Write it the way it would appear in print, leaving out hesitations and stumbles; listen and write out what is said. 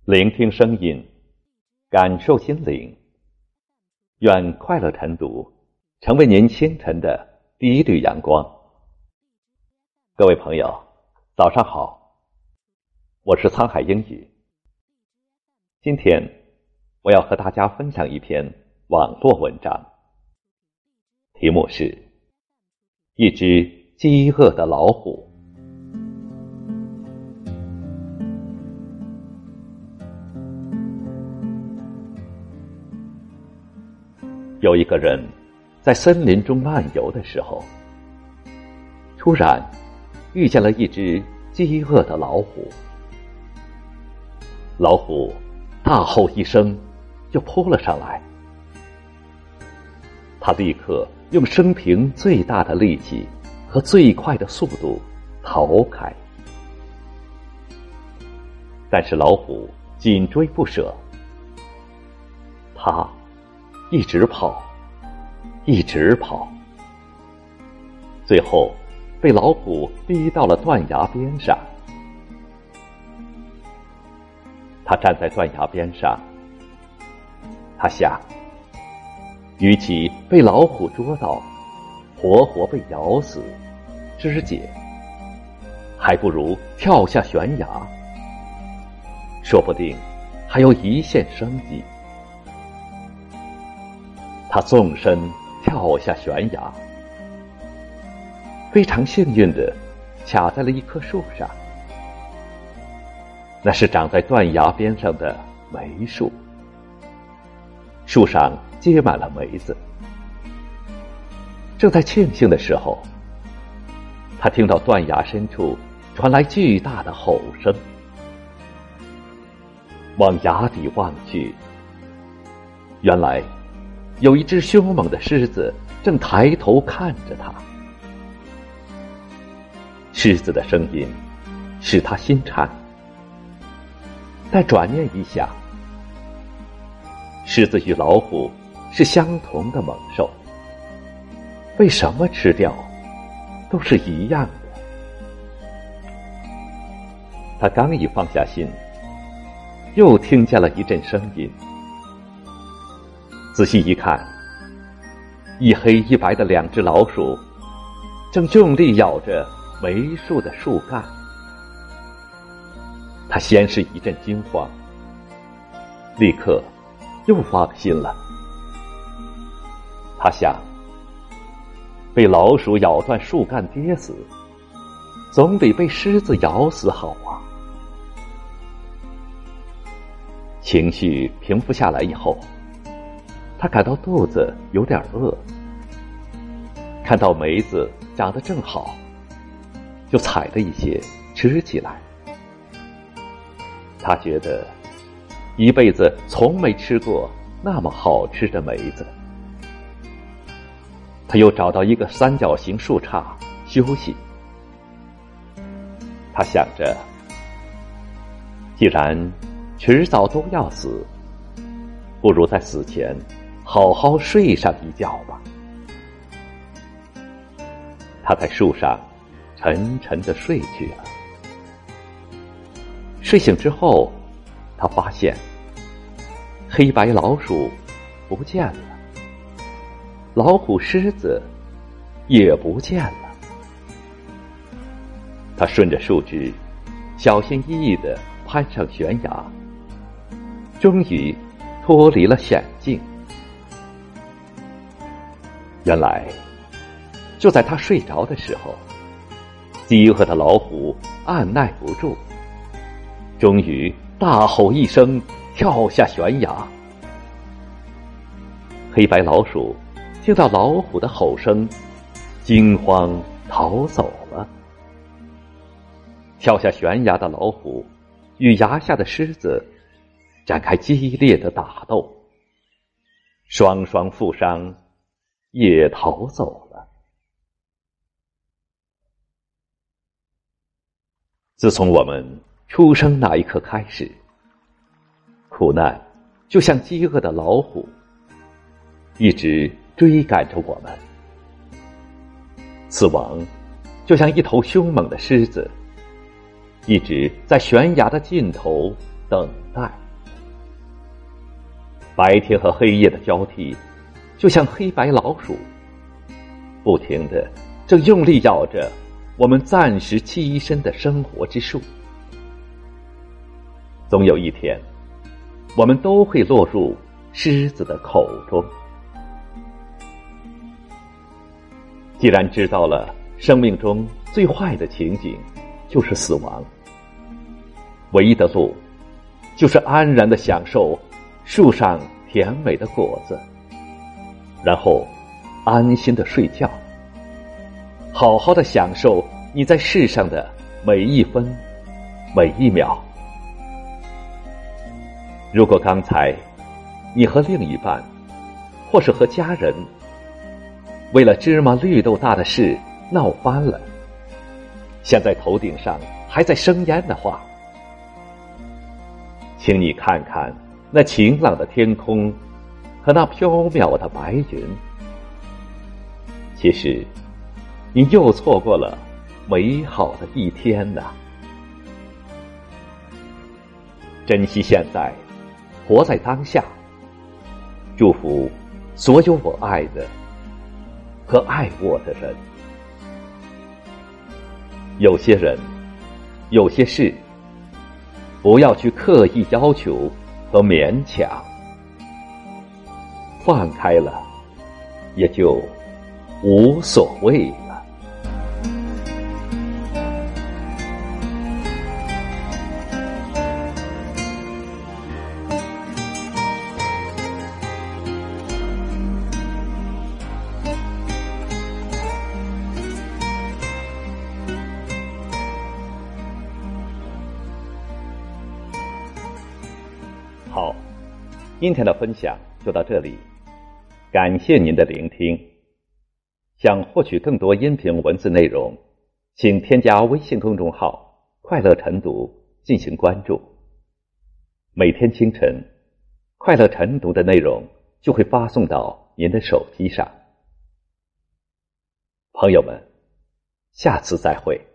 聆听声音，感受心灵。愿快乐晨读成为您清晨的第一缕阳光。各位朋友，早上好，我是沧海英语。今天我要和大家分享一篇网络文章，题目是一只饥饿的老虎。有一个人在森林中漫游的时候，突然遇见了一只饥饿的老虎。老虎大吼一声就扑了上来，他立刻用生平最大的力气和最快的速度逃开。但是老虎紧追不舍，他一直跑，一直跑，最后被老虎逼到了断崖边上。他站在断崖边上，他想，与其被老虎捉到，活活被咬死肢解，还不如跳下悬崖，说不定还有一线生机。他纵身跳下悬崖，非常幸运地卡在了一棵树上。那是长在断崖边上的梅树，树上结满了梅子。正在庆幸的时候，他听到断崖深处传来巨大的吼声。往崖底望去，原来有一只凶猛的狮子正抬头看着他。狮子的声音使他心颤，但转念一想，狮子与老虎是相同的猛兽，被什么吃掉都是一样的。他刚一放下心，又听见了一阵声音。仔细一看，一黑一白的两只老鼠正用力咬着梅树的树干。他先是一阵惊慌，立刻又放心了。他想，被老鼠咬断树干跌死，总比被狮子咬死好啊。情绪平复下来以后，他感到肚子有点饿，看到梅子长得正好，就采了一些吃起来。他觉得一辈子从没吃过那么好吃的梅子。他又找到一个三角形树杈休息。他想着，既然迟早都要死，不如在死前好好睡上一觉吧。他在树上沉沉地睡去了。睡醒之后，他发现黑白老鼠不见了，老虎狮子也不见了。他顺着树枝小心翼翼地攀上悬崖，终于脱离了险境。原来就在他睡着的时候，饥饿的老虎按耐不住，终于大吼一声跳下悬崖。黑白老鼠听到老虎的吼声，惊慌逃走了。跳下悬崖的老虎与崖下的狮子展开激烈的打斗，双双负伤，也逃走了。自从我们出生那一刻开始，苦难就像饥饿的老虎，一直追赶着我们。死亡就像一头凶猛的狮子，一直在悬崖的尽头等待。白天和黑夜的交替，就像黑白老鼠，不停地正用力咬着我们暂时栖身的生活之树。总有一天，我们都会落入狮子的口中。既然知道了生命中最坏的情景就是死亡，唯一的路就是安然地享受树上甜美的果子，然后安心地睡觉，好好地享受你在世上的每一分每一秒。如果刚才你和另一半或是和家人为了芝麻绿豆大的事闹翻了，现在头顶上还在生烟的话，请你看看那晴朗的天空和那飘渺的白云。其实你又错过了美好的一天呐。珍惜现在，活在当下，祝福所有我爱的和爱我的人。有些人，有些事，不要去刻意要求和勉强，放开了，也就无所谓了。好，今天的分享就到这里，感谢您的聆听。想获取更多音频文字内容，请添加微信公众号“快乐晨读”进行关注。每天清晨，快乐晨读的内容就会发送到您的手机上。朋友们，下次再会。